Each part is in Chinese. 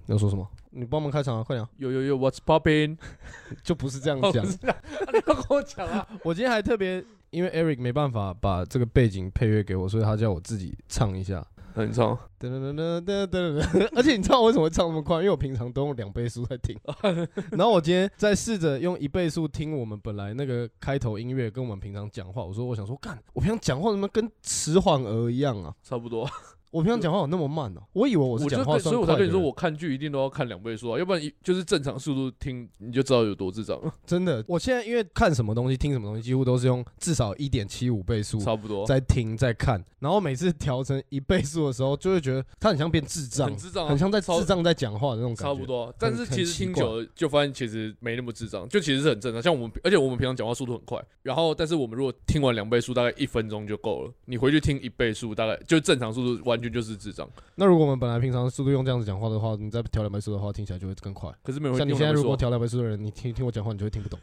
你要说什么？你帮忙开场啊，快点啊！ 有 What's popping？ 就不是这样讲。 你要跟我讲啊！ 我今天还特别，因为 Eric 没办法把这个背景配乐给我，所以他叫我自己唱一下。 很唱， 而且你知道我为什么会唱那么快？因为我平常都用2倍速在听，然后我今天在试着用1倍速听我们本来那个开头音乐，跟我们平常讲话。我想说，干，我平常讲话怎么跟迟缓儿一样啊？ 差不多。 我平常讲话有那么慢哦、我以为我是讲话算快的人， 所以我才跟你说，我看剧一定都要看2倍速啊，要不然就是正常速度听，你就知道有多智障了。 真的，我现在因为看什么东西、听什么东西，几乎都是用至少1.75倍速， 差不多在听在看。然后每次调成1倍速的时候，就会觉得它很像变智障， 很智障、啊， 很像在智障在讲话的那种感觉。 差不多、啊，但是其实听久了就发现其实没那么智障，就其实是很正常。像我们，而且我们平常讲话速度很快，然后但是我们如果听完2倍速，大概1分钟就够了。你回去听1倍速，大概就正常速度，完全就是智障。 那如果我们本来平常速度用这样子讲话的话，你再调2倍速的话，听起来就会更快。 可是没有人会像你现在如果调2倍速的人，你听我讲话，你就会听不懂。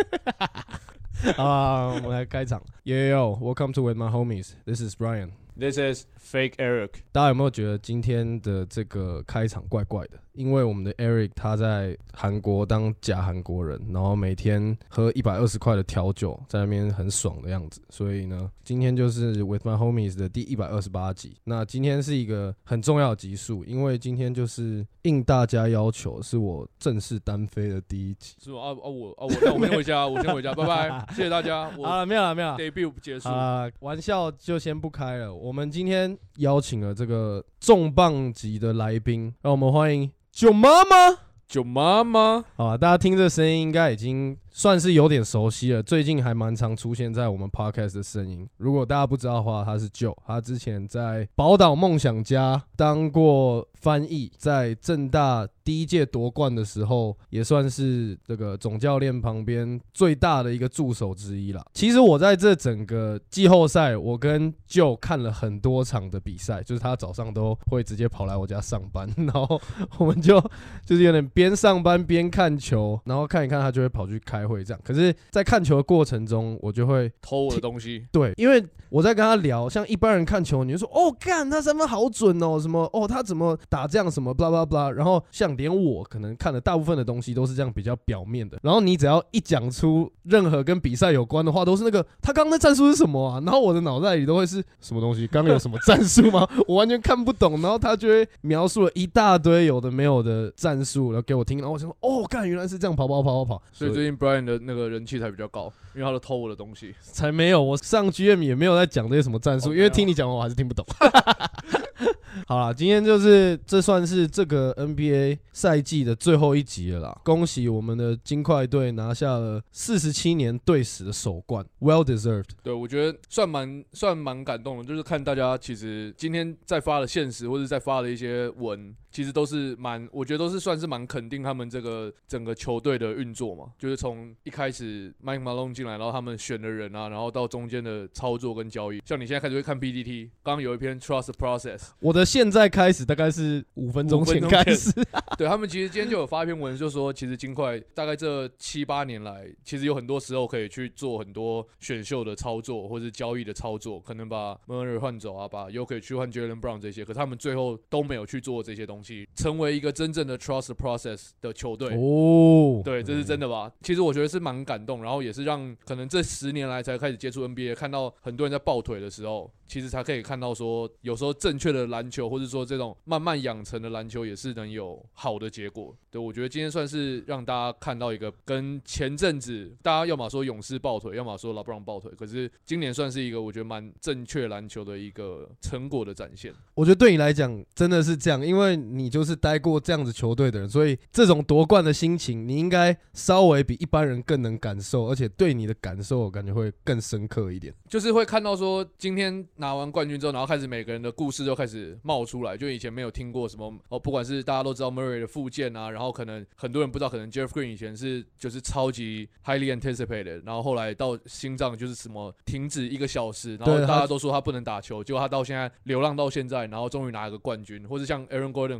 啊，我们来开场。Welcome to With My Homies. This is Brian. This is Fake Eric. 大家有没有觉得今天的这个开场怪怪的？因为我们的 Eric 他在韩国当假韩国人，然后每天喝120块的调酒，在那边很爽的样子。所以呢，今天就是 With My Homies 的第128集。那今天是一个很重要的集数，因为今天就是应大家要求，是我正式单飞的第1集。 是我那我先回家，我先回家，拜拜，谢谢大家。 好了，没有了 ，debut 结束。 玩笑就先不开了。我们今天邀请了这个重磅级的来宾，让我们欢迎九妈妈。好啊，大家听这声音应该已经算是有点熟悉了，最近还蛮常出现在我们 podcast 的声音。如果大家不知道的话，他是 Joe， 他之前在宝岛梦想家当过翻译，在政大第1届夺冠的时候，也算是这个总教练旁边最大的一个助手之一啦。其实我在这整个季后赛，我跟 Joe 看了很多场的比赛，就是他早上都会直接跑来我家上班，然后我们就是有点边上班边看球，然后看一看他就会跑去开会这样。可是，在看球的过程中，我就会偷我的东西。 对，因为我在跟他聊，像一般人看球，你就说哦，干他3分好准哦，什么哦他怎么打这样什么 blah blah blah， 然后像连我可能看的大部分的东西都是这样比较表面的，然后你只要一讲出任何跟比赛有关的话，都是那个他刚刚那战术是什么啊？然后我的脑袋里都会是什么东西？刚刚有什么战术吗？我完全看不懂，然后他就会描述了一大堆有的没有的战术，然后给我听，然后我想说哦，干原来是这样跑， 所以最近 Brian 的那个人气才比较高，因为他都偷我的东西。 才没有，我上 GM 也没有在讲这些什么战术，因为听你讲完我还是听不懂。好啦，今天就是这算是这个 NBA 赛季的最后1集了啦。恭喜我们的金块队拿下了47年队史的首冠 ，well deserved。 对，我觉得算蛮感动的，就是看大家其实今天在发的现实或者在发的一些文，其实都是我觉得都是算是蛮肯定他们这个整个球队的运作嘛。就是从一开始 Mike Malone 进来，然后他们选的人啊，然后到中间的操作跟交易，像你现在开始会看 PTT， 刚刚有一篇 Trust the Process， 我的现在开始大概是5分钟前开始。 对，他们其实今天就有发一篇文，就说其实金块大概这7-8年来，其实有很多时候可以去做很多选秀的操作或者交易的操作，可能把 Murray 换走啊，把 Jokic 去换 Jaylen Brown 这些，可是他们最后都没有去做这些东西，成为一个真正的 Trust the Process 的球队。 哦， 对，这是真的吧？其实我觉得是蛮感动，然后也是让可能这10年来才开始接触 NBA， 看到很多人在抱腿的时候，其实才可以看到说，有时候正确的篮球，或者说这种慢慢养成的篮球，也是能有好的结果。对，我觉得今天算是让大家看到一个跟前阵子大家要么说勇士抱腿，要么说 LeBron 抱腿，可是今年算是一个我觉得蛮正确篮球的一个成果的展现。 我觉得对你来讲真的是这样，因为你就是待过这样子球队的人，所以这种夺冠的心情，你应该稍微比一般人更能感受，而且对你的感受我感觉会更深刻一点。 就是会看到说，今天拿完冠军之后，然后开始每个人的故事就开始冒出来，就以前没有听过什么哦，不管是大家都知道 Murray 的复健啊，然后可能很多人不知道，可能 Jeff Green 以前是就是超级 highly anticipated， 然后后来到心脏就是什么停止1个小时，然后大家都说他不能打球，结果他到现在流浪到现在，然后终于拿了个冠军，或者像 Aaron Gordon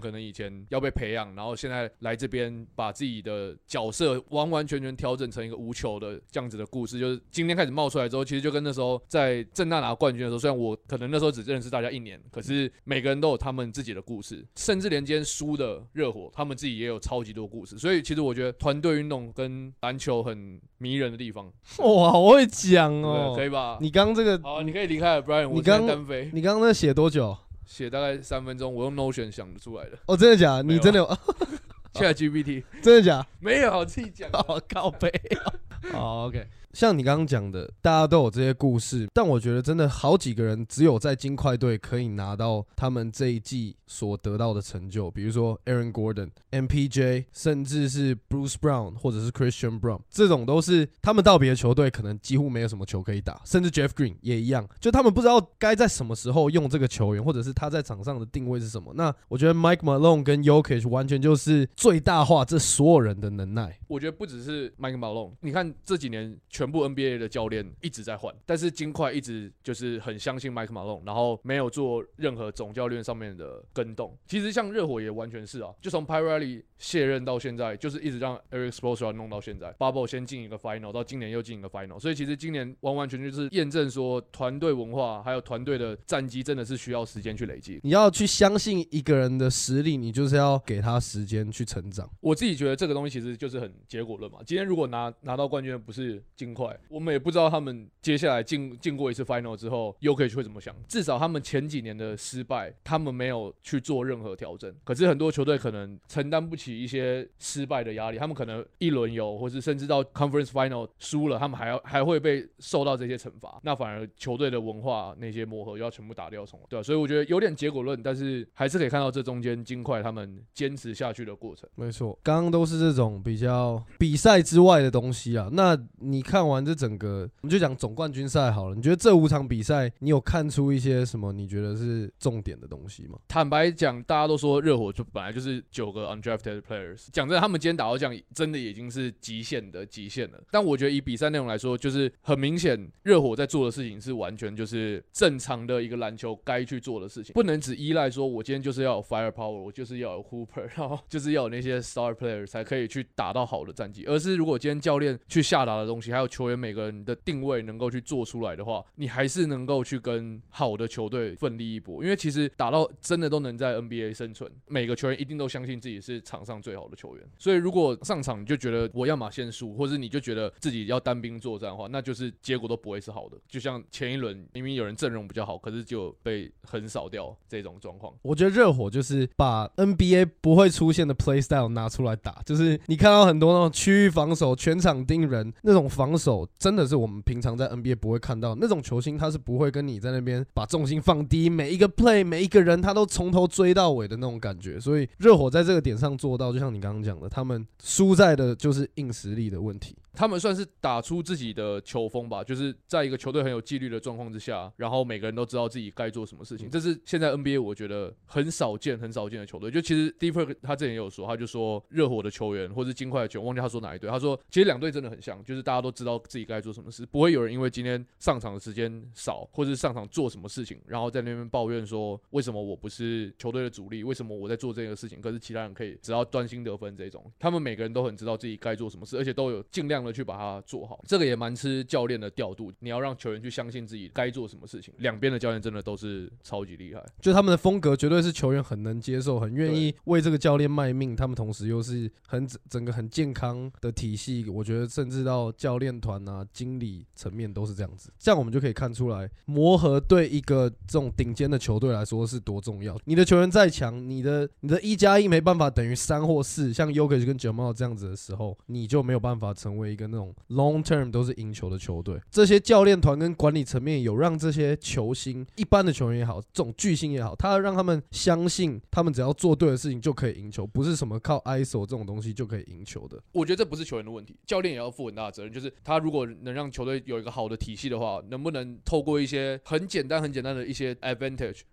可能以前要被培养，然后现在来这边把自己的角色完完全全调整成一个无球的这样子的故事，就是今天开始冒出来之后，其实就跟那时候在政大拿冠军的时候，虽然我可能那时候只认识大家1年，可是每个人都有他们自己的故事，甚至连今天输的热火，他们自己也有超级多故事，所以其实我觉得团队运动跟篮球很迷人的地方。 哇，好会讲哦， 可以吧？ 你刚这个好，你可以离开了 ，Brian， 我现在单飞。 你刚那写多久？ 写大概3分钟，我用 Notion 想得出来的。 哦，真的假的？你真的有 ？ChatGPT 真的假？ 没有，自己讲。 靠背。好 ，OK。像你刚刚讲的，大家都有这些故事，但我觉得真的好几个人只有在金块队可以拿到他们这一季所得到的成就，比如说 Aaron Gordon、MPJ， 甚至是 Bruce Brown 或者是 Christian Brown， 这种都是他们到别的球队可能几乎没有什么球可以打，甚至 Jeff Green 也一样，就他们不知道该在什么时候用这个球员，或者是他在场上的定位是什么。那我觉得 Mike Malone 跟 Jokic 完全就是最大化这所有人的能耐。 我觉得不只是 Mike Malone， 你看这几年全部 NBA 的教练一直在换，但是金块一直就是很相信 Mike Malone， 然后没有做任何总教练上面的更动。其实像热火也完全是啊，就从 Pat Riley 卸任到现在，就是一直让 Eric Spoelstra 弄到现在 ，Bubble 先进一个 Final， 到今年又进一个 Final， 所以其实今年完完全全就是验证说团队文化还有团队的战绩真的是需要时间去累积。 你要去相信一个人的实力，你就是要给他时间去成长。 我自己觉得这个东西其实就是很结果论嘛。今天如果拿到冠军的不是金块，我们也不知道他们接下来进过一次 Final 之后Jokic会怎么想。至少他们前几年的失败，他们没有去做任何调整。可是很多球队可能承担不起一些失败的压力，他们可能一轮游，或是甚至到 Conference Final 输了，他们还会被受到这些惩罚。那反而球队的文化那些磨合又要全部打掉重来，对啊，所以我觉得有点结果论，但是还是可以看到这中间金块他们坚持下去的过程。 没错，刚刚都是这种比较比赛之外的东西啊。那你看完这整个，我们就讲总冠军赛好了。你觉得这5场比赛，你有看出一些什么？你觉得是重点的东西吗？ 坦白讲，大家都说热火就本来就是9个 undrafted players， 讲真的，他们今天打到这样，真的已经是极限了。但我觉得以比赛内容来说，就是很明显，热火在做的事情是完全就是正常的一个篮球该去做的事情，不能只依赖说我今天就是要有 firepower， 我就是要有 Hooper， 然后就是要有那些 star players 才可以去打到好的战绩，而是如果今天教练去下达的东西，还有球员每个人的定位能够去做出来的话，你还是能够去跟好的球队奋力一搏。因为其实打到真的都能在 NBA 生存，每个球员一定都相信自己是场上最好的球员。所以如果上场你就觉得我要么先输，或者你就觉得自己要单兵作战的话，那就是结果都不会是好的。就像前一轮明明有人阵容比较好，可是就被横扫掉这种状况。 我觉得热火就是把 NBA 不会出现的 play style 拿出来打，就是你看到很多那种区域防守、全场盯人那种防守，真的是我们平常在 NBA 不会看到那种球星，他是不会跟你在那边把重心放低，每一个 play 每一个人他都从头追到尾的那种感觉。所以热火在这个点上做到，就像你刚刚讲的，他们输在的就是硬实力的问题。 他们算是打出自己的球风吧，就是在一个球队很有纪律的状况之下，然后每个人都知道自己该做什么事情。这是现在 NBA 我觉得很少见的球队。就其实 Deeper 他之前也有说，他就说热火的球员或是金块的球员，忘记他说哪一队，他说其实2队真的很像，就是大家都知道自己该做什么事，不会有人因为今天上场的时间少，或是上场做什么事情，然后在那边抱怨说为什么我不是球队的主力，为什么我在做这个事情，可是其他人可以只要专心得分这种。他们每个人都很知道自己该做什么事，而且都有尽量的去把它做好。这个也蛮吃教练的调度，你要让球员去相信自己该做什么事情。两边的教练真的都是超级厉害， 就他们的风格绝对是球员很能接受，很愿意为这个教练卖命。他们同时又是整个很健康的体系，我觉得甚至到教练团啊、经理层面都是这样子。这样我们就可以看出来，磨合对一个这种顶尖的球队来说是多重要。你的球员再强，你的1+1没办法等于3或4，像 Jokic 跟 Jamal 这样子的时候，你就没有办法成为一个那种 long term 都是赢球的球队。这些教练团跟管理层面有让这些球星，一般的球员也好，这种巨星也好，他让他们相信，他们只要做对的事情就可以赢球，不是什么靠 ISO 这种东西就可以赢球的。 我觉得这不是球员的问题，教练也要负很大的责任。就是他如果能让球队有一个好的体系的话，能不能透过一些很简单的一些 advantage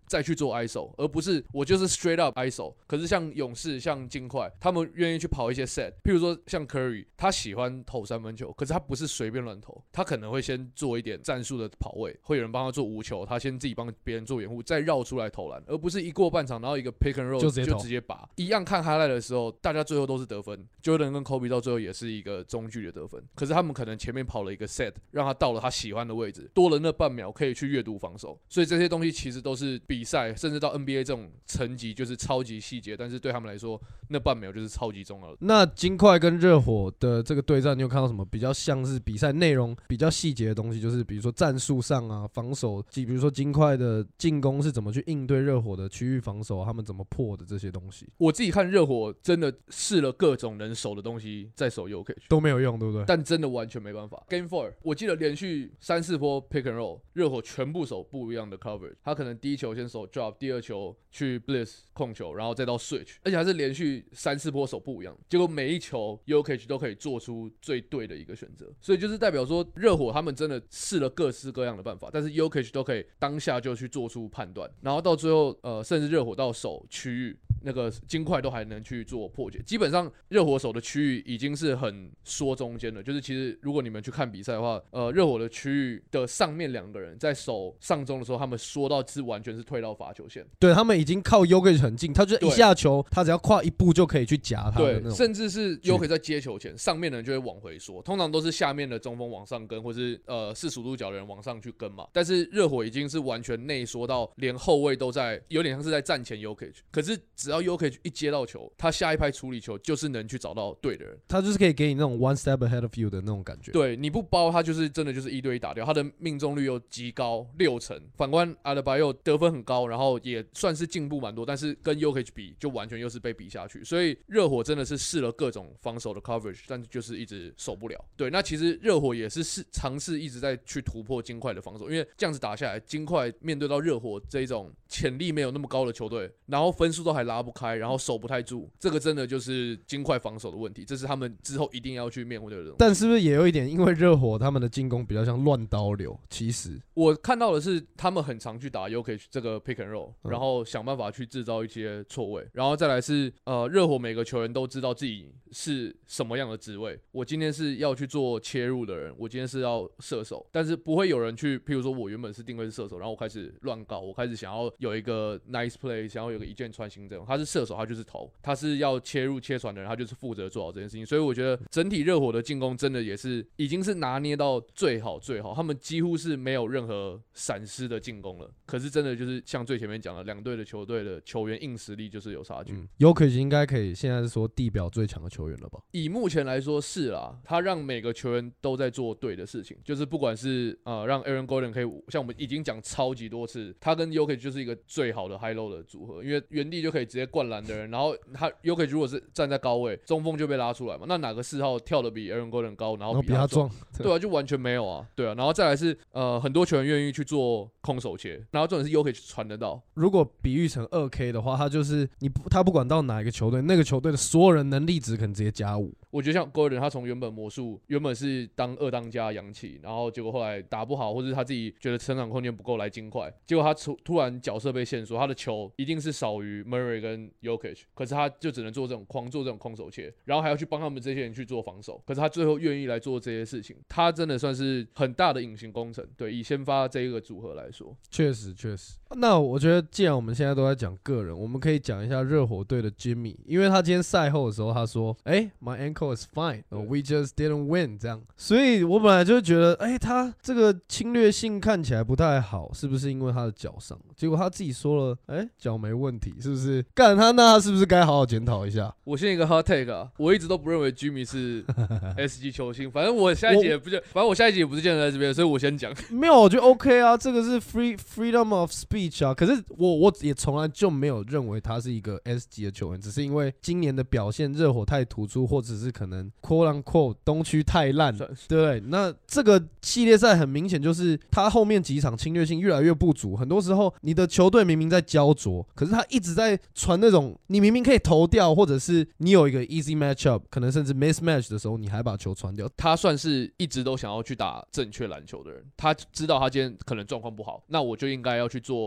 再去做 ISO， 而不是我就是 straight up ISO。可是像勇士、像金块，他们愿意去跑一些 set， 譬如说像 Curry， 他喜欢投三分球，可是他不是随便乱投，他可能会先做一点战术的跑位，会有人帮他做无球，他先自己帮别人做掩护，再绕出来投篮，而不是一过半场然后一个 pick and roll 就直接拔。一样看 highlight 的时候，大家最后都是得分 ，Jordan 跟 Kobe 到最后也是一个中距的得分，可是他们可能前面跑了一个 set， 让他到了他喜欢的位置，多了那半秒可以去阅读防守，所以这些东西其实都是比赛，甚至到 NBA 这种层级就是超级细节，但是对他们来说，那半秒就是超级重要的。 那金块跟热火的这个对战，你有看到什么比较像是比赛内容比较细节的东西？就是比如说战术上啊，防守，比如说金块的进攻是怎么去应对热火的区域防守，他们怎么破的这些东西。 我自己看热火真的试了各种能守的东西，在守 Jokic 都没有用，对不对？ 但真的完全没办法。Game 4， 我记得连续3-4波 pick and roll， 热火全部守不一样的 coverage， 他可能第一球先守 drop， 第二球去 blitz 控球，然后再到 switch， 而且还是连续3-4波守不一样，结果每一球 Jokic 都可以做出最对的一个选择，所以就是代表说热火他们真的试了各式各样的办法，但是 Jokic 都可以当下就去做出判断，然后到最后甚至热火到守区域，那个金块都还能去做破解。基本上热火守的区域已经是很缩中间了，就是其实如果你们去看比赛的话，热火的区域的上面2个人在守上中的时候，他们缩到是完全是退到罚球线， 对，他们已经靠 Jokic 很近，他就是一下球，他只要跨一步就可以去夹他的那种， 对，甚至是 Jokic 在接球前，上面的人就会往回缩，通常都是下面的中锋往上跟，或是45度角的人往上去跟嘛。但是热火已经是完全内缩到连后卫都在，有点像是在站前 Jokic， 可是只要 Jokic 一接到球，他下一拍处理球就是能去找到对的人， 他就是可以给你那种 one step ahead of you 的那种感觉。 对，你不包他就是真的就是1对1打掉，他的命中率又极高60%。反观 Adebayo 得分很高，然后也算是进步蛮多，但是跟 Jokic 比就完全又是被比下去。所以热火真的是试了各种防守的 coverage， 但是就是一直守不了。对，那其实热火也是尝试一直在去突破金块的防守，因为这样子打下来，金块面对到热火这一种潜力没有那么高的球队，然后分数都还拉不开，然后守不太住，这个真的就是金块防守的问题，这是他们之后一定要去面对的东西。 但是不是也有一点，因为热火他们的进攻比较像乱刀流？其实我看到的是他们很常去打 Jokic 这个 pick and roll， 然后想办法去制造一些错位，然后再来是热火每个球员都知道自己是什么样的职位，我今天是要去做切入的人，我今天是要射手，但是不会有人去，譬如说我原本是定位是射手，然后我开始乱搞，我开始想要有一个 nice play， 想要有一个一键穿心这种，他是射手他就是投，他是要切入切传的人，他就是负责做好这件事情。所以我觉得整体热火的进攻真的也是已经是拿捏到最好，他们几乎是没有任何闪失的进攻了。可是真的就是像最前面讲的，两队的球队的球员硬实力就是有差距。 Jokic 应该可以现在是说地表最强的球员了吧？ 以目前来说是啦，他让每个球员都在做对的事情，就是不管是让 Aaron Gordon 可以像我们已经讲超级多次，他跟 Jokic 就是一个最好的 high low 的组合，因为原地就可以直接灌篮的人，然后他 Jokic 如果是站在高位，中锋就被拉出来嘛，那哪个4号跳得比 Aaron Gordon 高，然后比他壮？对啊，就完全没有啊，对啊，然后再来是很多球员愿意去做空手切，然后重点是 Jokic 传得到。 如果比喻成2K 的话，他就是他不管到哪一个球队，那个球队的所有人能力值可能直接加5。 我觉得像 Gordon 他从原本魔术原本是当2当家洋气，然后结果后来打不好，或者他自己觉得成长空间不够来金块，结果他突然角色被限缩，他的球一定是少于 Murray 跟 Jokic， 可是他就只能做这种空手切，然后还要去帮他们这些人去做防守，可是他最后愿意来做这些事情，他真的算是很大的隐形工程。对，以先发这一个组合来说， 确实。那我觉得既然我们现在都在讲个人，我们可以讲一下热火队的 Jimmy， 因为他今天赛后的时候他说My ankle is fine, we just didn't win 这样，所以我本来就觉得他这个侵略性看起来不太好，是不是因为他的脚伤？结果他自己说了脚没问题，是不是？干他，那他是不是该好好检讨一下？ 我先一个 hot take 啊，我一直都不认为 Jimmy 是 SG 球星，反正我下一集也不见得在这边，所以我先讲。 没有，我觉得 OK 啊，这个是 freedom of speech 啊。可是我也从来就没有认为他是一个 S 级的球员，只是因为今年的表现热火太突出，或者是可能 quote unquote 东区太烂，对不对？那这个系列赛很明显就是他后面几场侵略性越来越不足，很多时候你的球队明明在焦灼，可是他一直在传那种你明明可以投掉，或者是你有一个 easy matchup， 可能甚至 mismatch 的时候，你还把球传掉。 他算是一直都想要去打正确篮球的人，他知道他今天可能状况不好，那我就应该要去做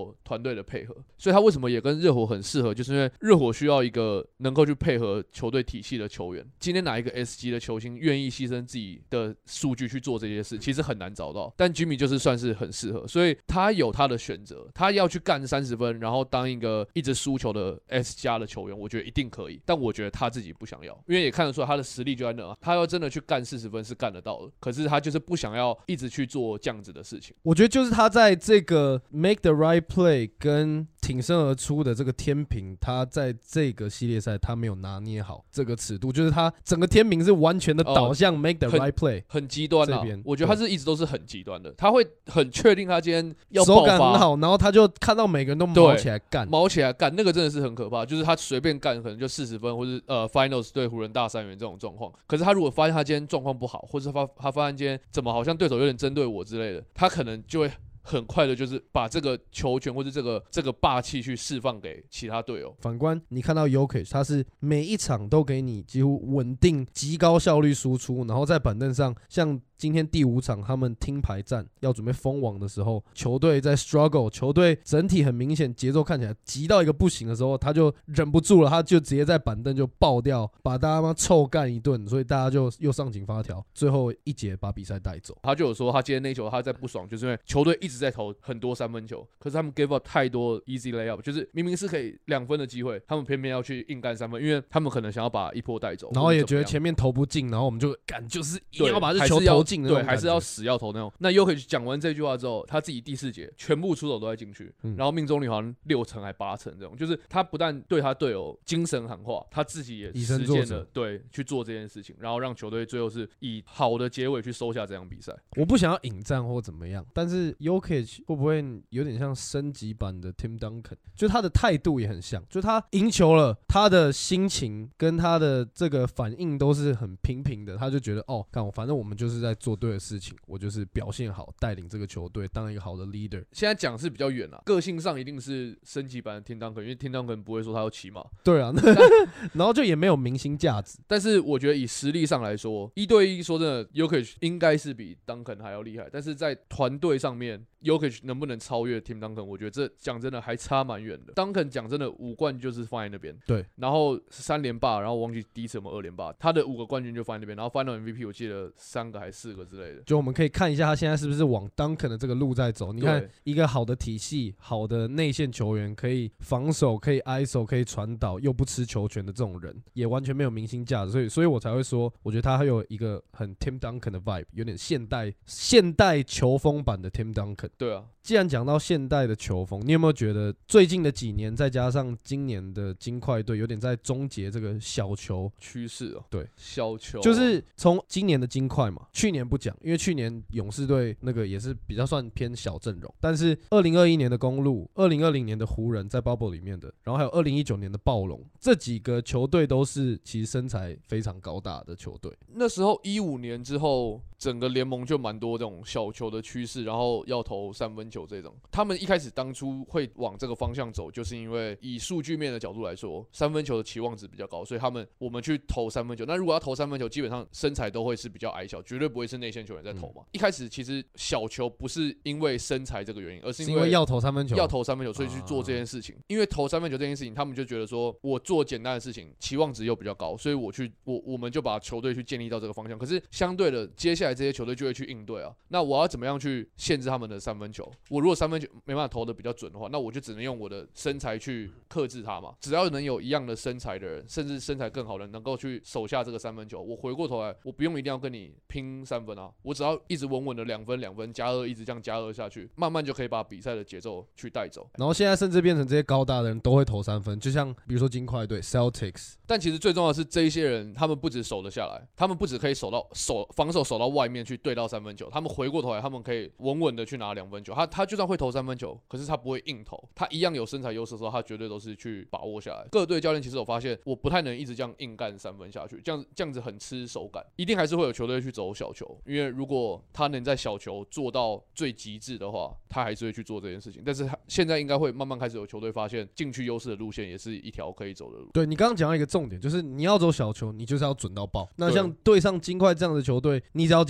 做团队的配合，所以他为什么也跟热火很适合，就是因为热火需要一个能够去配合球队体系的球员。今天哪一个 S 级的球星愿意牺牲自己的数据去做这些事，其实很难找到。但 Jimmy 就是算是很适合，所以他有他的选择，他要去干30分，然后当一个一直输球的 S 加的球员，我觉得一定可以。但我觉得他自己不想要，因为也看得出来他的实力就在那，他要真的去干40分是干得到的，可是他就是不想要一直去做这样子的事情。 我觉得就是他在这个 make the right play 跟挺身而出的这个天平，他在这个系列赛他没有拿捏好这个尺度，就是他整个天平是完全的导向 make the right play， 很极端啊。我觉得他是一直都是很极端的，他会很确定他今天要爆发， 手感很好，然后他就看到每个人都毛起来干， 那个真的是很可怕。就是他随便干可能就40分，或是Finals 对湖人大三元这种状况。可是他如果发现他今天状况不好，或是他发现今天怎么好像对手有点针对我之类的，他可能就会很快的，就是把这个球权或是这个霸气去释放给其他队友。 反观你看到 Jokic， 他是每一场都给你几乎稳定、极高效率输出，然后在板凳上像今天第5场他们听牌战要准备封网的时候，球队在 struggle， 球队整体很明显节奏看起来急到一个不行的时候，他就忍不住了，他就直接在板凳就爆掉，把大家臭干一顿，所以大家就又上紧发条，最后一节把比赛带走。 他就有说他今天那球他在不爽，就是因为球队一直在投很多3分球，可是他们 give up 太多 easy layup， 就是明明是可以2分的机会，他们偏偏要去硬干3分，因为他们可能想要把一波带走， 然后也觉得前面投不进，然后我们就干，就是一定要把这球投进， 对，还是要死要投那种。那 Jokic 讲完这句话之后，他自己第4节全部出手都在进去，然后命中率好像6成还8成这种，就是他不但对他队友精神喊话，他自己也实践了，对，去做这件事情，然后让球队最后是以好的结尾去收下这场比赛。 我不想要引战或怎么样，但是 Jokic 会不会有点像升级版的 Tim Duncan， 就他的态度也很像，就他赢球了，他的心情跟他的这个反应都是很平平的，他就觉得哦，反正我们就是在做对的事情，我就是表现好，带领这个球队当一个好的 leader。 现在讲是比较远啦，个性上一定是升级版的 Tim Duncan， 因为 Tim Duncan 不会说他要骑马， 对啊，然后就也没有明星价值。 但是我觉得以实力上来说，1对1说真的 ，Jokic 应该是比 Duncan 还要厉害，但是在团队上面 ，Jokic 能不能超越 Tim Duncan， 我觉得这讲真的还差蛮远的。Duncan 讲真的5冠就是放在那边， 对， 然后3连霸，然后我忘记第一次有没有2连霸，他的5个冠军就放在那边，然后 Final MVP 我记得3个还4个之类的。 就我们可以看一下他现在是不是往 Duncan 的这个路在走。你看一个好的体系、好的内线球员，可以防守、可以 ISO、可以传导，又不吃球权的这种人，也完全没有明星价值。所以我才会说，我觉得他还有一个很 Tim Duncan 的 vibe， 有点现代球风版的 Tim Duncan。 对啊。 既然讲到现代的球风，你有没有觉得最近的几年，再加上今年的金块队，有点在终结这个小球趋势哦？ 对， 小球就是从今年的金块嘛，去年不讲，因为去年勇士队那个也是比较算偏小阵容，但是2021年的公鹿、2020年的湖人在 Bubble 里面的，然后还有2019年的暴龙，这几个球队都是其实身材非常高大的球队。 那时候15年之后，整个联盟就蛮多这种小球的趋势，然后要投3分球这种。他们一开始当初会往这个方向走，就是因为以数据面的角度来说，3分球的期望值比较高，所以我们去投3分球。那如果要投3分球，基本上身材都会是比较矮小，绝对不会是内线球员在投嘛。一开始其实小球不是因为身材这个原因，而是因为要投3分球， 所以去做这件事情。因为投3分球这件事情，他们就觉得说我做简单的事情，期望值又比较高，所以我们就把球队去建立到这个方向。可是相对的，接下来这些球队就会去应对啊。那我要怎么样去限制他们的3分球？我如果3分球没办法投的比较准的话，那我就只能用我的身材去克制他嘛。只要能有一样的身材的人，甚至身材更好的人，能够去守下这个3分球，我回过头来，我不用一定要跟你拼3分啊，我只要一直稳稳的2分加2，一直这样加2下去，慢慢就可以把比赛的节奏去带走。 然后现在甚至变成这些高大的人都会投3分，就像比如说金块队 Celtics。 但其实最重要的是这一些人，他们不只守得下来，他们不只可以防守守到外面去对到3分球，他们回过头来，他们可以稳稳的去拿2分球。他就算会投3分球，可是他不会硬投，他一样有身材优势的时候，他绝对都是去把握下来。各队教练其实有发现，我不太能一直这样硬干3分下去，这样子很吃手感，一定还是会有球队去走小球，因为如果他能在小球做到最极致的话，他还是会去做这件事情。但是他现在应该会慢慢开始有球队发现，禁区优势的路线也是一条可以走的路。 对，你刚刚讲到一个重点，就是你要走小球，你就是要准到爆。那像对上金块这样的球队，你只要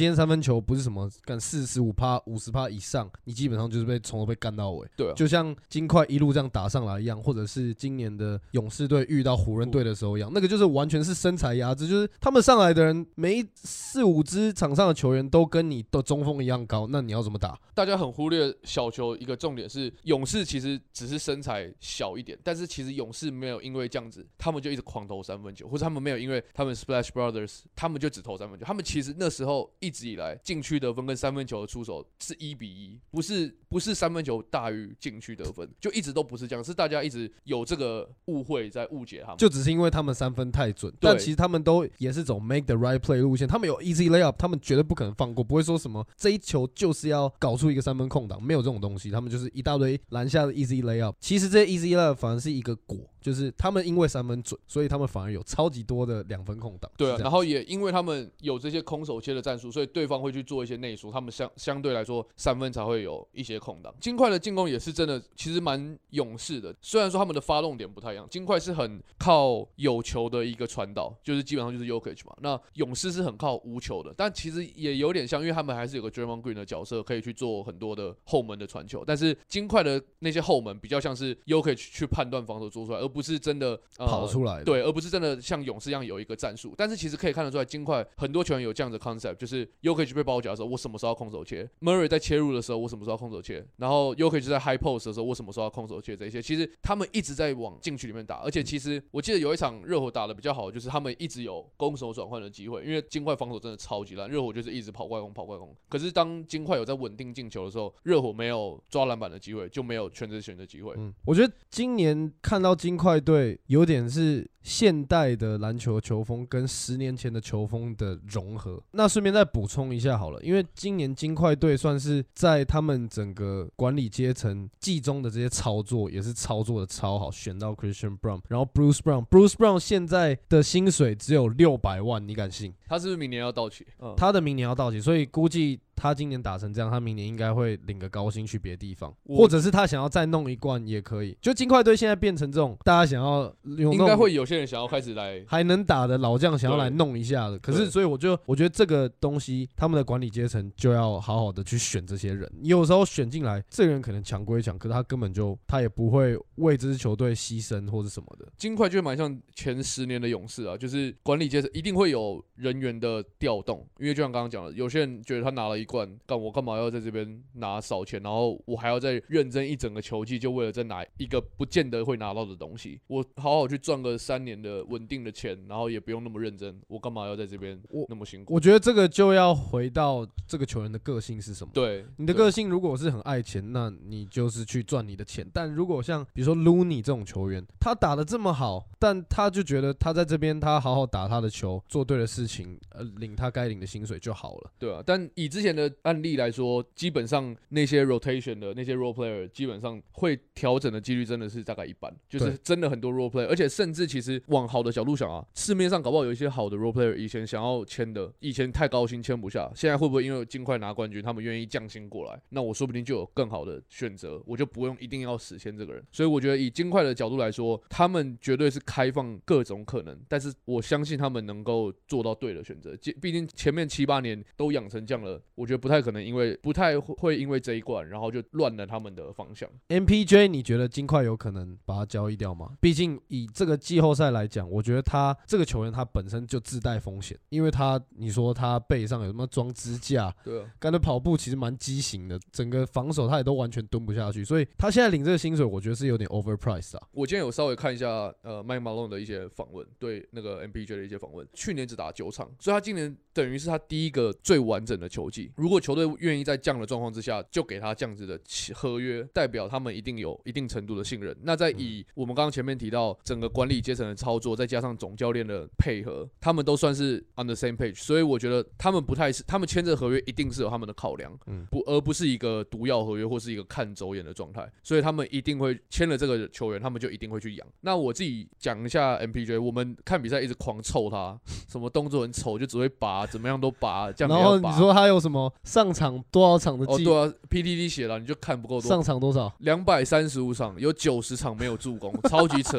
今天三分球不是什么干45%、50%以上，你基本上就是从头被干到尾。 对啊， 就像金块一路这样打上来一样，或者是今年的勇士队遇到湖人队的时候一样，那个就是完全是身材压制，就是他们上来的人每4-5支场上的球员都跟你的中锋一样高，那你要怎么打？ 大家很忽略小球一个重点是，勇士其实只是身材小一点，但是其实勇士没有因为这样子，他们就一直狂投三分球，或者他们没有因为他们 Splash Brothers， 他们就只投三分球，他们其实那时候一直以来禁区得分跟三分球的出手是1-1，不是三分球大于禁区得分，就一直都不是这样，是大家一直有这个误会在误解他们， 就只是因为他们三分太准，但其实他们都也是走 make the right play 路线，他们有 easy layup， 他们绝对不可能放过，不会说什么这一球就是要搞出一个三分空档，没有这种东西，他们就是一大堆篮下的 easy layup， 其实这些 easy layup 反而是一个果，就是他们因为三分准，所以他们反而有超级多的2分空档。 对啊，然后也因为他们有这些空手切的战术，所以对方会去做一些内缩，他们相对来说三分才会有一些空档。金块的进攻也是真的，其实蛮勇士的。虽然说他们的发动点不太一样，金块是很靠有球的一个传导，就是基本上就是 Jokic 嘛。那勇士是很靠无球的，但其实也有点像，因为他们还是有个 Draymond Green 的角色，可以去做很多的后门的传球。但是金块的那些后门比较像是 Jokic 去判断防守做出来，而不是真的跑出来的。 对，而不是真的像勇士一样有一个战术。但是其实可以看得出来，金块很多球员有这样的 concept， 就是 Jokic 被包夹的时候，我什么时候要空手切 ；Murray 在切入的时候，我什么时候要空手切；然后 Jokic 在 high post 的时候，我什么时候要空手切。这些其实他们一直在往禁区里面打，而且其实我记得有一场热火打的比较好，就是他们一直有攻守转换的机会，因为金块防守真的超级烂，热火就是一直跑快攻。可是当金块有在稳定进球的时候，热火没有抓篮板的机会，就没有全职选的机会。 我觉得今年看到金块队有点是现代的篮球球风跟10年前的球风的融合。那顺便再补充一下好了，因为今年金块队算是在他们整个管理阶层季中的这些操作也是操作的超好，选到 Christian Brown， 然后 Bruce Brown 现在的薪水只有600万，你敢信？ 他是不是明年要到期？ 他的明年要到期，所以估计他今年打成这样，他明年应该会领个高薪去别的地方，或者是他想要再弄一冠也可以。就金块队现在变成这种大家想要用， 应该会有些人想要开始来还能打的老将想要来弄一下的。可是所以我觉得这个东西他们的管理阶层就要好好的去选这些人。有时候选进来这个人可能强归强，可是他根本就他也不会为这支球队牺牲或是什么的。 金块就蛮像前10年的勇士啊，就是管理阶层一定会有人员的调动，因为就像刚刚讲的，有些人觉得他拿了一冠，我干嘛要在这边拿少钱，然后我还要再认真一整个球季，就为了再拿一个不见得会拿到的东西，我好好去赚个3年的稳定的钱，然后也不用那么认真，我干嘛要在这边那么辛苦？ 我觉得这个就要回到这个球员的个性是什么。 对， 你的个性如果是很爱钱，那你就是去赚你的钱。但如果像比如说 Looney 这种球员，他打得这么好，但他就觉得他在这边他好好打他的球，做对的事情，领他该领的薪水就好了。 对啊，但以之前的案例来说，基本上那些 rotation 的那些 role player 基本上会调整的几率真的是大概一半，就是真的很多 role player， 而且甚至其实往好的角度想啊，市面上搞不好有一些好的 role player， 以前想要签的，以前太高薪签不下，现在会不会因为金块拿冠军，他们愿意降薪过来，那我说不定就有更好的选择，我就不用一定要死签这个人。所以我觉得以金块的角度来说，他们绝对是开放各种可能，但是我相信他们能够做到对的选择。毕竟前面7-8年都养成这样了，我觉得不太可能不太会因为这一冠，然后就乱了他们的方向。 MPJ 你觉得金块有可能把他交易掉吗？毕竟以这个季后赛来讲，我觉得他这个球员他本身就自带风险，因为你说他背上有什么装支架， 对啊， 干脆跑步其实蛮畸形的，整个防守他也都完全蹲不下去，所以他现在领这个薪水，我觉得是有点 overpriced 啊。 我今天有稍微看一下Mike Malone 的一些访问，对那个 MPJ 的一些访问，去年只打9场，所以他今年等于是他第一个最完整的球季。如果球队愿意在这样的状况之下就给他这样子的合约，代表他们一定有一定程度的信任。那再以我们刚刚前面提到整个管理阶层的操作，再加上总教练的配合，他们都算是 on the same page， 所以我觉得他们签这合约一定是有他们的考量，而不是一个毒药合约或是一个看走眼的状态，所以他们一定会签了这个球员，他们就一定会去养。那我自己讲一下 MPJ， 我们看比赛一直狂臭他，什么动作很丑就只会拔，怎么样都拔，这样然后你说他有什么上场多少场的记？ 对啊 ，PTT 写了你就看不够多。 上场多少？ 235场有90场没有助攻，超级扯。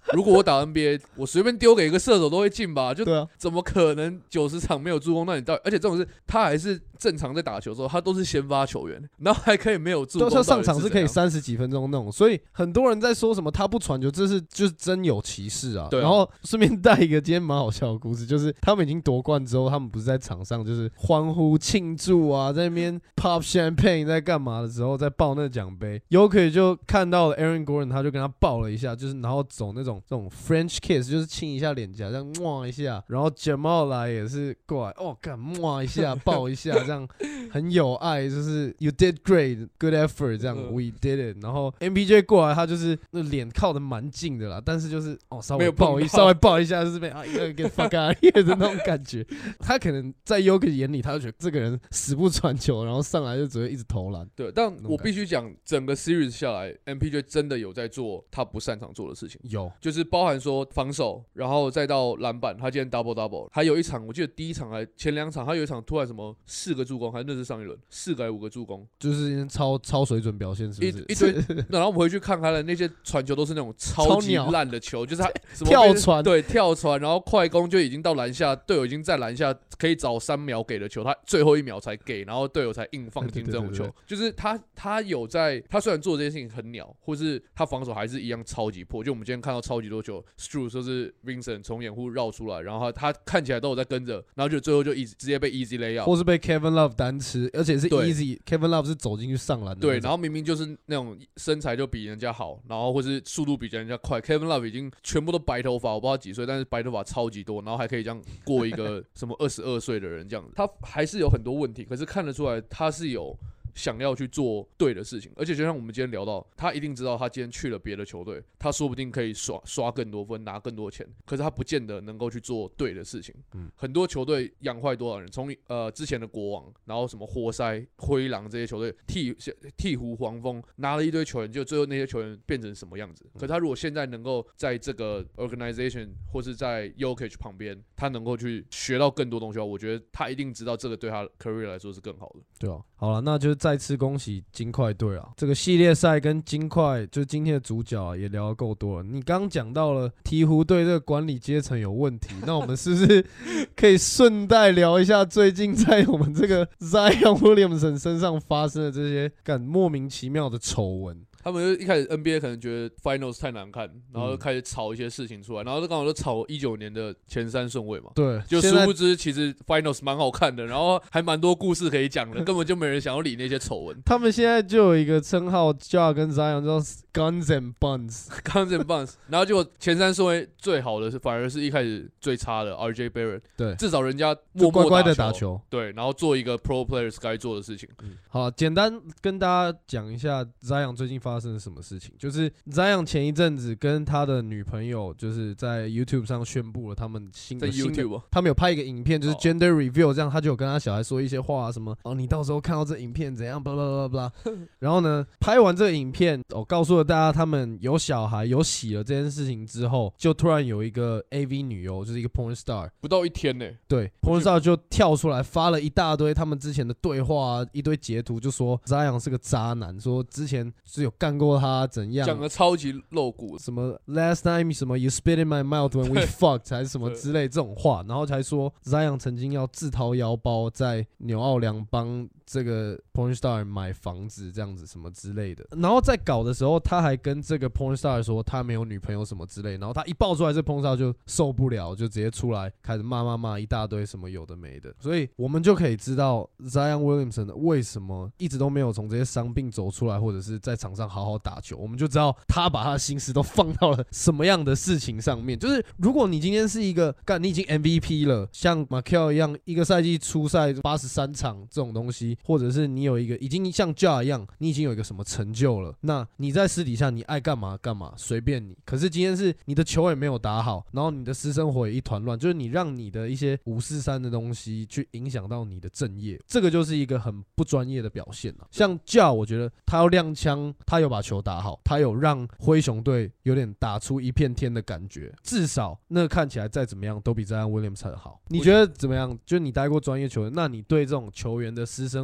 如果我打 NBA， 我随便丢给一个射手都会进吧？就对啊， 怎么可能90场没有助攻？那你到底，而且这种是他还是正常在打球的时候，他都是先发球员，然后还可以没有助攻， 对，上场是可以30几分钟那种，所以很多人在说什么他不传球，这是就是真有其事啊。 对啊， 然后顺便带一个今天蛮好笑的故事，就是他们已经夺冠之后，他们不是在场上就是欢呼庆祝啊，在那边 pop champagne 在干嘛的时候，在抱那个奖杯 ，Jokic 就看到了 Aaron Gordon， 他就跟他抱了一下，就是然后走那种这种 French kiss， 就是亲一下脸颊，这样摸一下，然后 Jamal 来也是过来，哦，干摸一下，抱一下，这样很有爱，就是 You did great, good effort， 这样 We did it。然后 MPJ 过来，他就是那脸靠得蛮近的啦，但是就是稍微抱一下，就是被get fuck out here 的那种感觉。他可能在 Jokic 眼里，他就觉得这个人死不传球，然后上来就只会一直投篮。 对，但我必须讲，整个 series 下来 ，MPJ 真的有在做他不擅长做的事情， 有， 就是包含说防守，然后再到篮板，他今天 double， 还有一场，我记得第一场还前2场，他有一场突然什么4个助攻，还是那是上一轮4个还是5个助攻， 就是超水准表现，是不是？ 一堆，然后我们回去看他的那些传球都是那种超级烂的球，就是他什么跳传， 对，跳传，然后快攻就已经到篮下，队友已经在篮下可以早3秒给的球，他最后1秒才给，然后队友才硬放进这种球，就是他有在，他虽然做这件事情很鸟，或是他防守还是一样超级破，就我们今天看到超级多球 ，Strus 就是 Vincent 从掩护绕出来，然后他看起来都有在跟着，然后就最后就直接被 easy lay out， 或是被 Kevin Love 单吃，而且是 easy，Kevin Love 是走进去上篮的， 对，然后明明就是那种身材就比人家好，然后或是速度比人家快 ，Kevin Love 已经全部都白头发，我不知道几岁，但是白头发超级多，然后还可以这样过一个什么22岁的人这样子，他还是有很多问题，可是看得出来他是有想要去做对的事情，而且就像我们今天聊到，他一定知道他今天去了别的球队，他说不定可以刷更多分，拿更多钱，可是他不见得能够去做对的事情。很多球队养坏多少人，从之前的国王，然后什么活塞、灰狼这些球队，鹈鹕、黄蜂拿了一堆球员，就最后那些球员变成什么样子？可是他如果现在能够在这个 organization 或是在 Jokic 旁边，他能够去学到更多东西，我觉得他一定知道这个对他 career 来说是更好的。 对啊，好了，那就是再次恭喜金块队啊！这个系列赛跟金块就是今天的主角啊，也聊得够多了。你刚刚讲到了鹈鹕队这个管理阶层有问题，那我们是不是可以顺带聊一下最近在我们这个 Zion Williamson 身上发生的这些莫名其妙的丑闻？ 他们就一开始 NBA 可能觉得 Finals 太难看，然后就开始炒一些事情出来，然后就刚好就炒19年的前3顺位嘛。 对， 就殊不知其实 Finals 蛮好看的，然后还蛮多故事可以讲的，根本就没人想要理那些丑闻。 他们现在就有一个称号叫跟 Zion 叫 Guns and Buns，Guns and Buns， 然后结果前3顺位最好的是反而是一开始最差的 RJ Barrett， 对，至少人家默默乖乖的打球， 对，然后做一个 Pro Players 该做的事情。 好，简单跟大家讲一下 Zion 最近发生了什么事情，就是 Zion 前一阵子跟他的女朋友就是在 YouTube 上宣布了他们新的 YouTube， 他们有拍一个影片，就是 Gender Reveal， 这样他就有跟他小孩说一些话，什么你到时候看到这影片怎样，blah blah blah blah。然后呢，拍完这个影片，告诉了大家他们有小孩有喜了这件事情之后，就突然有一个 AV 女优，就是一个 porn star， 不到1天呢， 对 porn star 就跳出来发了一大堆他们之前的对话啊，一堆截图，就说 Zion 是个渣男，说之前是有干过他怎样， 讲的超级露骨， 什么 last time 什么 you spit in my mouth when we fucked 还是什么之类这种话，然后才说 Zion 曾经要自掏腰包在纽奥良帮这个 porn star 买房子这样子什么之类的，然后在搞的时候他还跟这个 porn star 说他没有女朋友什么之类，然后他一爆出来，这 porn star 就受不了，就直接出来开始骂一大堆什么有的没的，所以我们就可以知道 Zion Williamson 为什么一直都没有从这些伤病走出来，或者是在场上好好打球，我们就知道他把他的心思都放到了什么样的事情上面。就是如果你今天是一个你已经 MVP 了，像 Markel 一样一个赛季出赛83场这种东西，或者是你有一个已经像 Ja 一样，你已经有一个什么成就了，那你在私底下你爱干嘛干嘛随便你。可是今天是你的球也没有打好，然后你的私生活也一团乱，就是你让你的一些543的东西去影响到你的正业，这个就是一个很不专业的表现啊。像 Ja 我觉得他要踉跄，他有把球打好，他有让灰熊队有点打出一片天的感觉，至少那看起来再怎么样都比Zion Williamson好。你觉得怎么样？就你待过专业球员，那你对这种球员的私生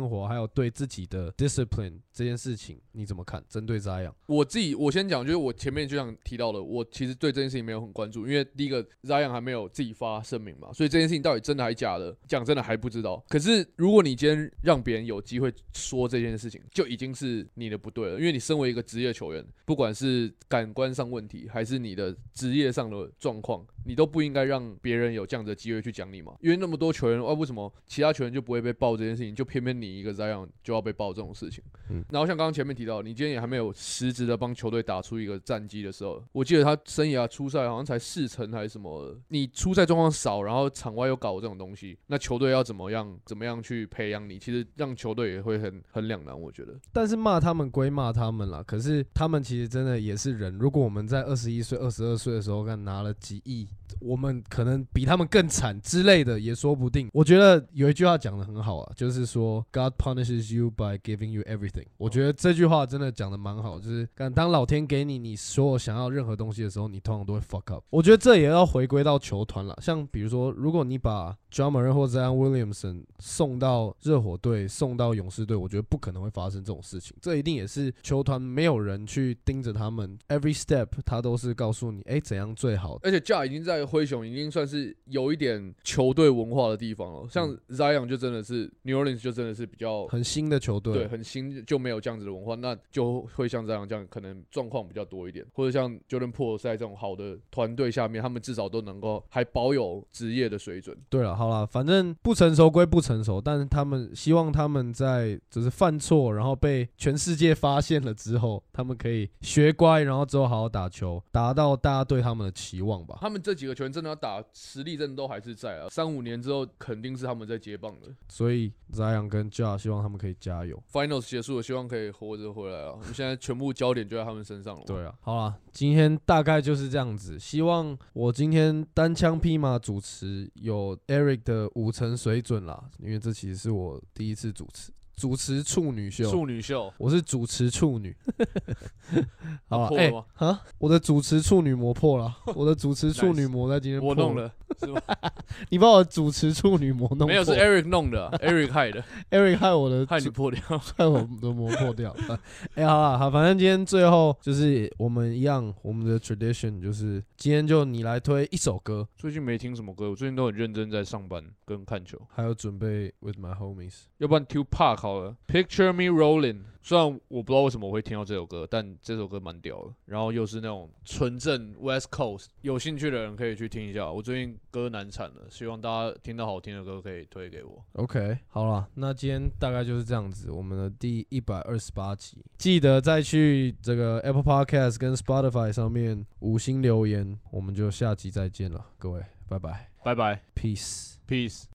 生活，还有对自己的 discipline 这件事情，你怎么看？针对 Zion， 我先讲，就是我前面就像提到的，我其实对这件事情没有很关注，因为第一个 Zion 还没有自己发声明嘛，所以这件事情到底真的还假的，讲真的还不知道。可是如果你今天让别人有机会说这件事情，就已经是你的不对了，因为你身为一个职业球员，不管是感官上问题，还是你的职业上的状况，你都不应该让别人有这样的机会去讲你嘛。因为那么多球员，为什么其他球员就不会被爆这件事情，就偏偏你一个 Zion 就要被爆这种事情？然后像刚刚前面提到，你今天也还没有实质的帮球队打出一个战绩的时候，我记得他生涯初赛好像才4成还是什么的，你出赛状况少，然后场外又搞这种东西，那球队要怎么样去培养你？其实让球队也会很两难，我觉得。 但是骂他们归骂他们啦，可是他们其实真的也是人。如果我们在21岁、22岁的时候拿了几亿，我们可能比他们更惨之类的，也说不定。我觉得有一句话讲得很好啊，就是说 God punishes you by giving you everything。我觉得这句话真的讲得蛮好，就是当老天给你所有想要任何东西的时候，你通常都会 fuck up。我觉得这也要回归到球团啦，像比如说，如果你把 Ja Morant 或 Zion Williamson 送到热火队、送到勇士队，我觉得不可能会发生这种事情。这一定也是球团没有人去盯着他们 ，every step 他都是告诉你，怎样最好。 而且 Ja 已经在灰熊已经算是有一点球队文化的地方了。像 Zion 就真的是 New Orleans 就真的是比较很新的球队， 对，很新就没有这样子的文化，那就会像Zion这样可能状况比较多一点，或者像 Jordan Poole 在这种好的团队下面，他们至少都能够还保有职业的水准。 对了，好啦，反正不成熟归不成熟，但是他们希望他们在就是犯错，然后被全世界发现了之后，他们可以学乖，然后之后好好打球，达到大家对他们的期望吧。 他们这几个球员真的要打，实力真的都还是在啊，3-5年之后肯定是他们在接棒的。 所以 Zion 跟 Ja 希望他们可以加油。 Finals 结束了，希望可以活着回来啊！现在全部焦点就在他们身上了。 对啊，好啦，今天大概就是这样子。希望我今天单枪匹马主持有 Eric 的5成水准啦，因为这其实是我第一次主持处女秀，我是主持处女。好了，我的主持处女膜破了，我的主持处女膜在今天破了。 我弄了，是吗？ 你把我的主持处女膜弄破？ 没有，是 Eric 弄的，Eric 害的 ，Eric 害我的， 害你破掉， 害我的膜破掉。好啦，好，反正今天最后就是我们一样，我们的 tradition 就是今天就你来推一首歌。 最近没听什么歌，我最近都很认真在上班跟看球， 还有准备 with my homies。 要不然 Tupac 好了 ，Picture Me Rolling。虽然我不知道为什么我会听到这首歌，但这首歌蛮屌的，然后又是那种纯正 West Coast， 有兴趣的人可以去听一下。我最近歌难产了，希望大家听到好听的歌可以推给我。 OK， 好啦，那今天大概就是这样子，我们的第128集，记得再去这个 Apple Podcast 跟 Spotify 上面5星留言，我们就下集再见了，各位，拜拜， 拜拜 ，Peace。